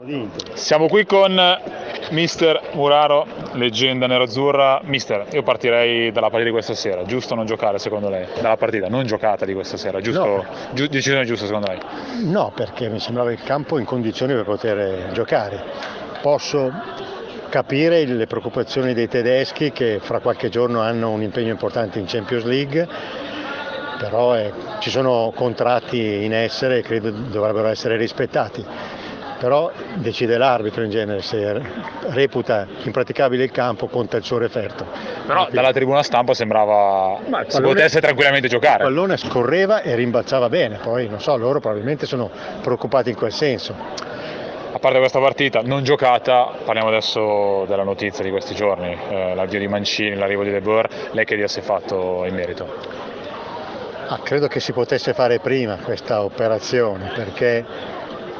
Siamo qui con Mister Muraro, leggenda nerazzurra. Mister, io partirei dalla partita di questa sera. Giusto non giocare secondo lei? Dalla partita non giocata di questa sera, giusto? No. Decisione giusta secondo lei? No, perché mi sembrava il campo in condizioni per poter giocare. Posso capire le preoccupazioni dei tedeschi che fra qualche giorno hanno un impegno importante in Champions League, però ci sono contratti in essere e credo dovrebbero essere rispettati. Però decide l'arbitro in genere, se reputa impraticabile il campo conta il suo referto. Però dalla tribuna stampa sembrava si potesse tranquillamente giocare. Il pallone scorreva e rimbalzava bene, poi non so, loro probabilmente sono preoccupati in quel senso. A parte questa partita non giocata, parliamo adesso della notizia di questi giorni, l'avvio di Mancini, l'arrivo di De Boer. Lei che idea si è fatto in merito? Credo che si potesse fare prima questa operazione, perché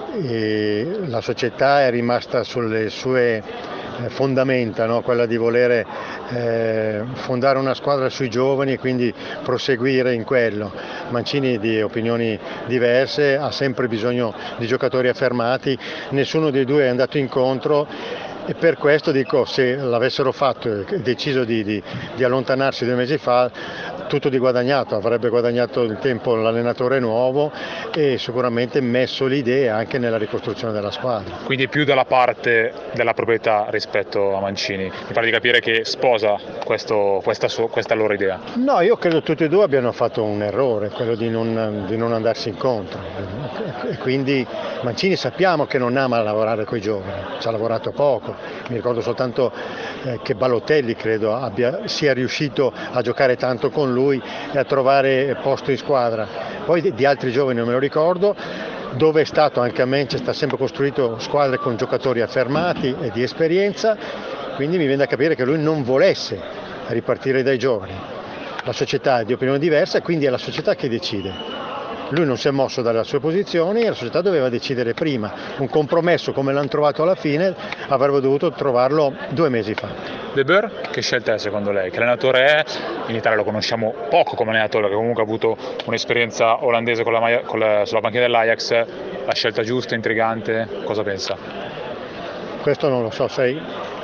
la società è rimasta sulle sue fondamenta, no? Quella di volere fondare una squadra sui giovani e quindi proseguire in quello. Mancini, di opinioni diverse, ha sempre bisogno di giocatori affermati, nessuno dei due è andato incontro. E per questo dico, se l'avessero fatto e deciso di allontanarsi 2 mesi fa, tutto di guadagnato, avrebbe guadagnato il tempo l'allenatore nuovo e sicuramente messo l'idea anche nella ricostruzione della squadra. Quindi più dalla parte della proprietà rispetto a Mancini, mi pare di capire che sposa questa loro idea. No, io credo tutti e due abbiano fatto un errore, quello di non andarsi incontro, e quindi Mancini sappiamo che non ama lavorare con i giovani, ci ha lavorato poco. Mi ricordo soltanto che Balotelli credo sia riuscito a giocare tanto con lui e a trovare posto in squadra. Poi di altri giovani non me lo ricordo. Dove è stato anche a Manchester ha sempre costruito squadre con giocatori affermati e di esperienza, quindi mi viene da capire che lui non volesse ripartire dai giovani. La società è di opinione diversa e quindi è la società che decide. Lui non si è mosso dalle sue posizioni e la società doveva decidere prima. Un compromesso come l'hanno trovato alla fine avrebbe dovuto trovarlo 2 mesi fa. De Boer, che scelta è secondo lei? Che allenatore è? In Italia lo conosciamo poco come allenatore, che comunque ha avuto un'esperienza olandese sulla panchina dell'Ajax. La scelta giusta, intrigante? Cosa pensa? Questo non lo so, sai,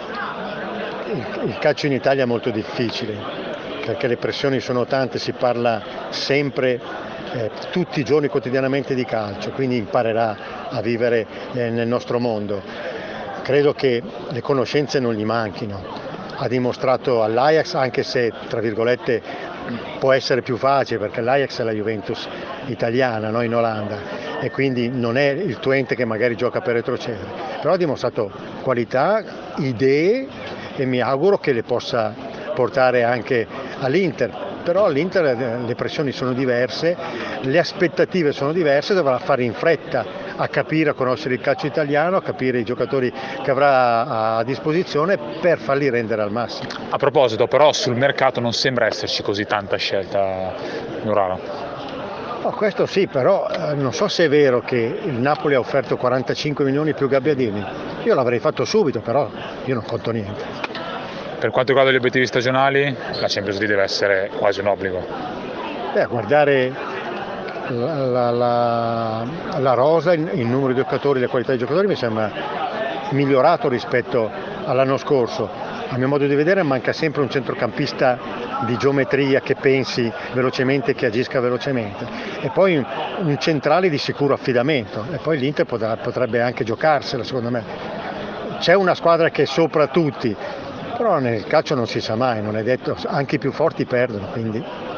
il calcio in Italia è molto difficile, perché le pressioni sono tante, si parla sempre tutti i giorni quotidianamente di calcio, quindi imparerà a vivere nel nostro mondo. Credo che le conoscenze non gli manchino, ha dimostrato all'Ajax, anche se tra virgolette può essere più facile perché l'Ajax è la Juventus italiana, no? In Olanda, e quindi non è il Twente che magari gioca per retrocedere, però ha dimostrato qualità, idee e mi auguro che le possa portare anche all'Inter. Però all'Inter le pressioni sono diverse, le aspettative sono diverse, dovrà fare in fretta a capire, a conoscere il calcio italiano, a capire i giocatori che avrà a disposizione per farli rendere al massimo. A proposito, però sul mercato non sembra esserci così tanta scelta, Muraro. No, questo sì, però non so se è vero che il Napoli ha offerto 45 milioni più Gabbiadini. Io l'avrei fatto subito, però io non conto niente. Per quanto riguarda gli obiettivi stagionali, la Champions League deve essere quasi un obbligo. Guardare la rosa, il numero di giocatori, la qualità dei giocatori mi sembra migliorato rispetto all'anno scorso. A mio modo di vedere manca sempre un centrocampista di geometria che pensi velocemente, che agisca velocemente, e poi un centrale di sicuro affidamento, e poi l'Inter potrebbe anche giocarsela, secondo me. C'è una squadra che è sopra tutti, però nel calcio non si sa mai, non è detto, anche i più forti perdono, quindi